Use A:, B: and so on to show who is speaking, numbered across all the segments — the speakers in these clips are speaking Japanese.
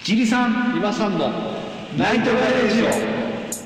A: ジリさん、
B: 今さんの
A: ナイトガレージオ。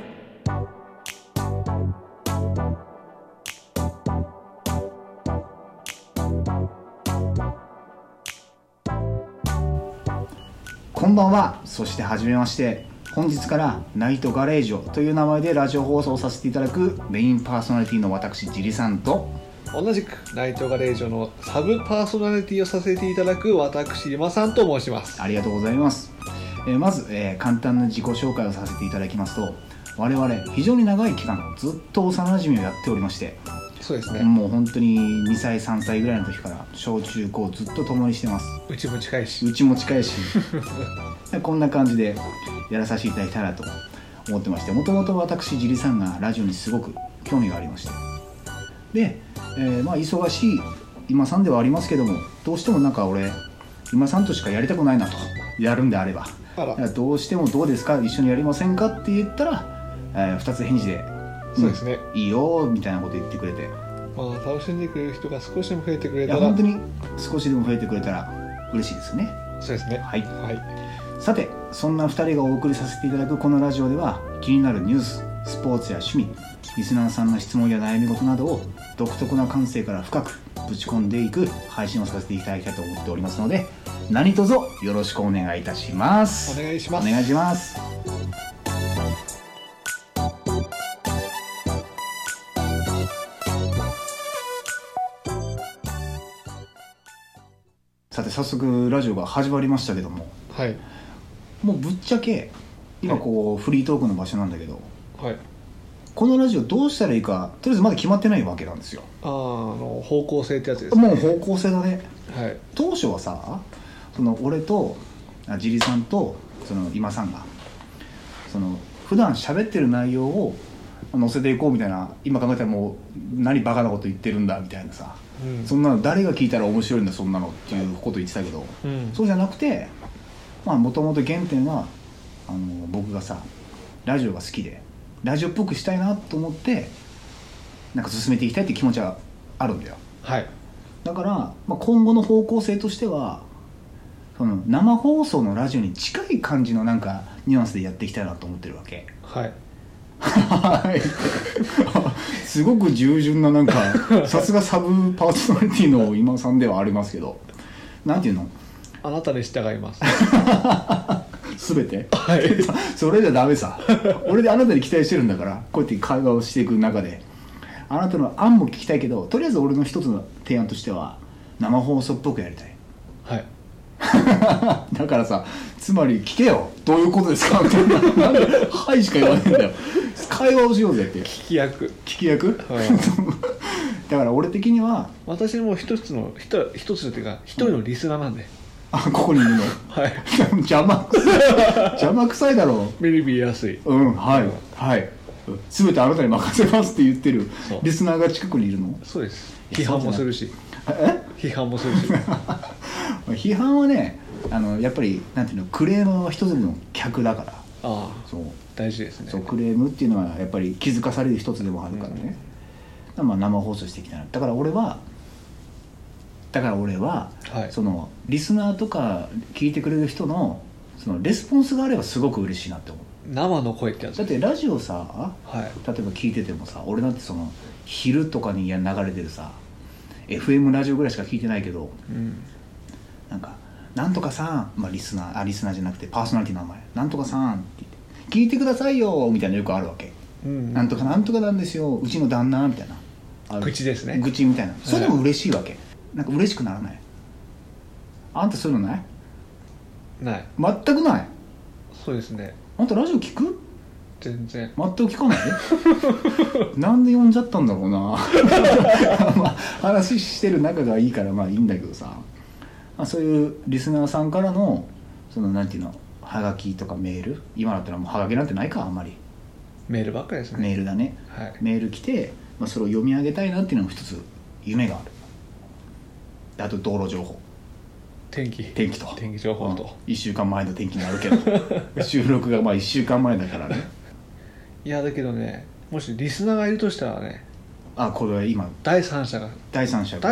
A: こんばんは。そしてはじめまして。本日からナイトガレージオという名前でラジオ放送させていただくメインパーソナリティの私ジリさんと、
B: 同じくナイトガレージオのサブパーソナリティをさせていただく私今さんと申します。
A: ありがとうございます。まず、簡単な自己紹介をさせていただきますと、我々非常に長い期間ずっと幼馴染をやっておりまして、
B: そうですね、
A: もう本当に2歳3歳ぐらいの時から小中高ずっと共にしてます。
B: うちも近いし、
A: うちも近いしこんな感じでやらさせていただきたいなと思ってまして、もともと私ジリさんがラジオにすごく興味がありまして、で、忙しい今さんではありますけども、どうしてもなんか俺今さんとしかやりたくないなと、やるんであればどうしてもどうですか、一緒にやりませんかって言ったら、2つ返事で、
B: そうですね、
A: いいよみたいなこと言ってくれて、
B: 楽しんでくれる人が少しでも増えてくれたら、
A: いや本当に少しでも増えてくれたら嬉しいですね。
B: そうですね、
A: はい、
B: はい、
A: さてそんな2人がお送りさせていただくこのラジオでは、気になるニュース、スポーツや趣味、リスナーさんの質問や悩み事などを独特な感性から深くぶち込んでいく配信をさせていただきたいと思っておりますので、何卒よろしくお願いいたします。
B: お願いします。
A: お願いします。さて早速ラジオが始まりましたけども、
B: はい、
A: もうぶっちゃけ今こうフリートークの場所なんだけど、
B: はい、
A: このラジオどうしたらいいかとりあえずまだ決まってないわけなんですよ。
B: 方向性ってやつですね。
A: もう方向性だね。
B: はい、
A: 当初はさ、その俺とジリさんとその今さんがその普段喋ってる内容を載せていこうみたいな、今考えたらもう何バカなこと言ってるんだみたいなさ、そんなの誰が聞いたら面白いんだそんなのっていうこと言ってたけど、そうじゃなくて、もともと原点は僕がさラジオが好きでラジオっぽくしたいなと思ってなんか進めていきたいっていう気持ちはあるんだよ。
B: はい、
A: だから、今後の方向性としてはその生放送のラジオに近い感じのなんかニュアンスでやっていきたいなと思ってるわけ。
B: はい
A: はいすごく従順な、なんかさすがサブパーソナリティの今さんではありますけど、なんていうの、
B: あなたに従います
A: 全て、
B: はい、
A: それじゃダメさ。俺であなたに期待してるんだから、こうやって会話をしていく中であなたの案も聞きたいけど、とりあえず俺の一つの提案としては生放送っぽくやりたい。
B: はい
A: だからさ、つまり聞けよ、どういうことですかみたいな、なんではいしか言わないんだよ。会話をしようぜって。
B: 聞き役、はい、
A: だから俺的には
B: 私も一つというか一人のリスナーなんで、
A: ここにいるの
B: はい
A: 邪魔くさいだろ
B: 目に見えやすい、
A: はい全てあなたに任せますって言ってるリスナーが近くにいるの。
B: そうです。批判もするし、批判もするし
A: 批判はね、やっぱりなんていうの、クレームは一つの客だから、そう
B: 大事ですね。
A: そう、クレームっていうのはやっぱり気づかされる一つでもあるからね、生放送していきたいな。だから俺は、はい、そのリスナーとか聞いてくれる人のそのレスポンスがあればすごく嬉しいなって思う。
B: 生の声ってやつ
A: だってラジオさ、
B: はい、
A: 例えば聞いててもさ、俺なんてその昼とかに流れてるさ FM ラジオぐらいしか聞いてないけど、なんとかさん、リスナーじゃなくてパーソナリティの名前なんとかさんって言って聞いてくださいよみたいなのよくあるわけ、なんとかなんとかなんですよ、うちの旦那みたいな
B: 愚痴ですね、
A: 愚痴みたいな、それでも嬉しいわけ、なんか嬉しくならない？あんたそういうのない？
B: ない、
A: 全くない。
B: そうですね。
A: あんたラジオ聞く？
B: 全然
A: 全く聞かないなんで呼んじゃったんだろうな話してる仲がいいからいいんだけどさ、そういうリスナーさんからのそのなんていうの、はがきとかメール、今だったらもうはがきなんてないか、あんまり
B: メールばっかりですね。
A: メールだね、はい、メール来て、それを読み上げたいなっていうのも一つ夢がある。あと道路情報、天気
B: 情報と、
A: 1週間前の天気になるけど収録が1週間前だからね。
B: いやだけどね、もしリスナーがいるとしたらね、
A: これは今
B: 第三者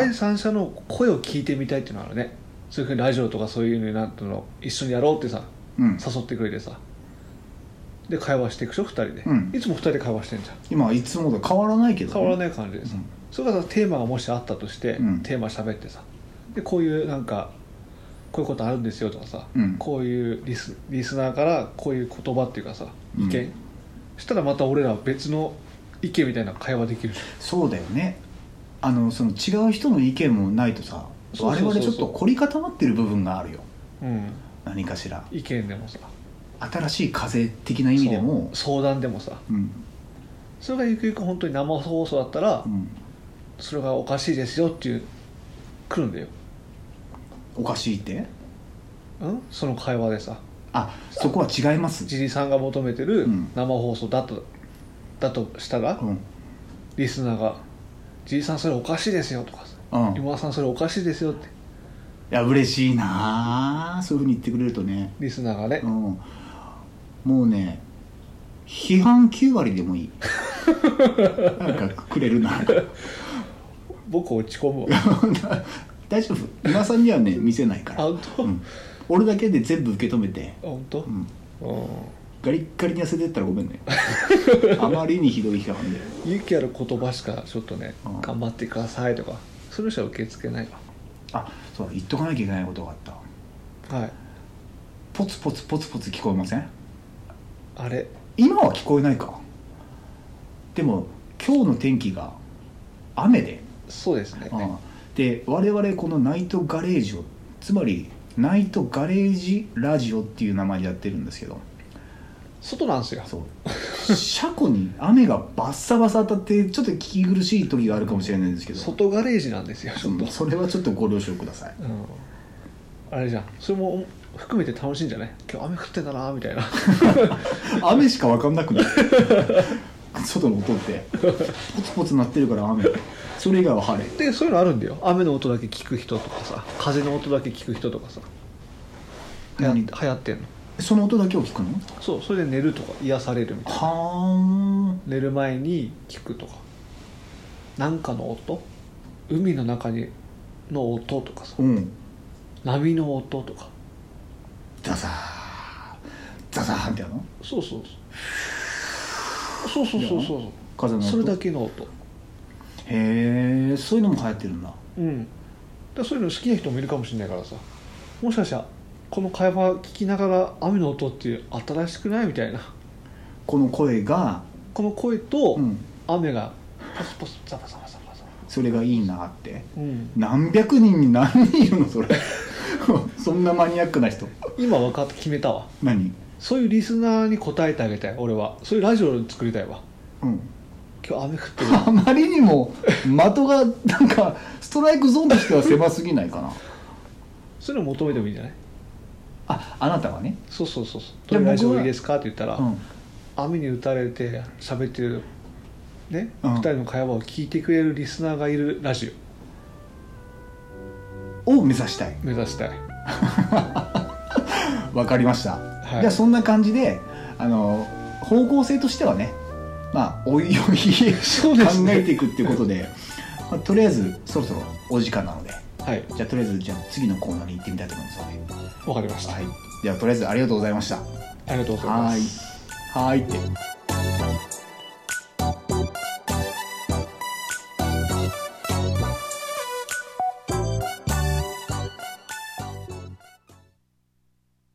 B: の声を聞いてみたいっていうのがあるね。そういうふうにラジオとかそういうのになったの一緒にやろうってさ、
A: うん
B: 誘ってくれてさ、で会話していくでしょ2人で、
A: うん
B: いつも2人で会話してんじゃん。
A: 今いつもと変わらないけど、ね、
B: 変わらない感じでさ、それからテーマがもしあったとして、
A: うん
B: テーマ喋ってさ、でこういうなんかこういうことあるんですよとかさ、
A: うん
B: こういうリスナーからこういう言葉っていうかさ意見、
A: うん
B: したらまた俺らは別の意見みたいな会話できるじ
A: そうだよね。その違う人の意見もないとさ、
B: そうそうそうそう
A: 我々ちょっと凝り固まってる部分があるよ。
B: ゃん、うん、
A: 何かしら
B: 意見でもさ、
A: 新しい風的な意味でも
B: そう相談でもさ、
A: うん
B: それがゆくゆく本当に生放送だったら、
A: うん、
B: それがおかしいですよっていう来るんだよ、
A: おかしいって、
B: うん、その会話でさ、
A: あ、そこは違います。
B: ジリさんが求めてる
A: うん
B: 生放送だとしたら、
A: うん
B: リスナーが「ジリさんそれおかしいですよ」とかさ
A: うん、
B: 「今田さんそれおかしいですよ」って
A: いや嬉しいな、そういうふうに言ってくれるとね、
B: リスナーがね、
A: うん、もうね批判9割でもいいなんかくれるな
B: 僕落ち込むわ
A: 大丈夫、今さんにはね見せないから、
B: あ本当、
A: うん、俺だけで全部受け止めて、
B: 本当、
A: うん、
B: うん、
A: ガリッガリに痩せてったらごめんねあまりにひどい批判で、
B: 勇気ある言葉しかちょっとね、
A: うん
B: 頑張ってくださいとかそれしか受け付けない
A: あ、そう言っとかなきゃいけないことがあった。
B: わ。はい、
A: ポツポツポツポツ聞こえません？
B: あれ
A: 今は聞こえないか。でも今日の天気が雨で、
B: そうですね、
A: で我々このナイトガレージを、つまりナイトガレージラジオっていう名前でやってるんですけど、
B: 外なんですよ。
A: そう車庫に雨がバッサバサ当たってちょっと聞き苦しい時があるかもしれないんですけど、
B: 外ガレージなんですよちょっと、
A: それはちょっとご了承ください。
B: あれじゃん、それも含めて楽しいんじゃない？今日雨降ってんだなみたいな
A: 雨しか分かんなくなる外の音ってポツポツ鳴ってるから雨、それ以外は晴れ。
B: でそういうのあるんだよ。雨の音だけ聞く人とかさ、風の音だけ聞く人とかさ、流行ってんの。
A: その音だけを聞くの？
B: そう、それで寝るとか癒されるみたいな。
A: は
B: 寝る前に聞くとか、なんかの音、海の中にの音とかさ、
A: ー、うん、
B: 波の音とか、
A: ザザーザザーってやるの？
B: そうそうそうそうそうそうそう
A: 風の音、
B: それだけの音。
A: へえ、そういうのも流行ってるんだ。
B: うんでそういうの好きな人もいるかもしれないからさ、もしかしたらこの会話聞きながら雨の音っていう新しくないみたいな、
A: この声が、
B: この声と
A: うん、
B: 雨がポスポスザバザバザバザバ、
A: それがいいなって。
B: うん、
A: 何百人に何人いるのそれそんなマニアックな人。
B: 今分かって決めたわ。
A: 何？
B: そういうリスナーに答えてあげたい。俺はそういうラジオを作りたいわ。
A: うん
B: 今日雨降ってる
A: あまりにも的がなんかストライクゾーンとしては狭すぎないかな。
B: そういうの求めてもいいんじゃない？
A: あなたがね、
B: そうそうそうそう。
A: じゃあ僕は
B: どういうラジオいいですかって言ったら、
A: うん、
B: 雨に打たれて喋ってるね、
A: うん
B: 2人の会話を聞いてくれるリスナーがいるラジ
A: を目指したい。
B: オ目指したい。
A: わかりました、
B: はい
A: じゃあそんな感じで方向性としてはね、まあおいおい考
B: そうですね
A: えていくっていうことで、まあ、とりあえずそろそろお時間なので、
B: はい、
A: じゃあとりあえずじゃあ次のコーナーに行ってみたいと思いますので、
B: わかりました。
A: はい、ではとりあえずありがとうございました。
B: ありがとうございます。
A: はーいって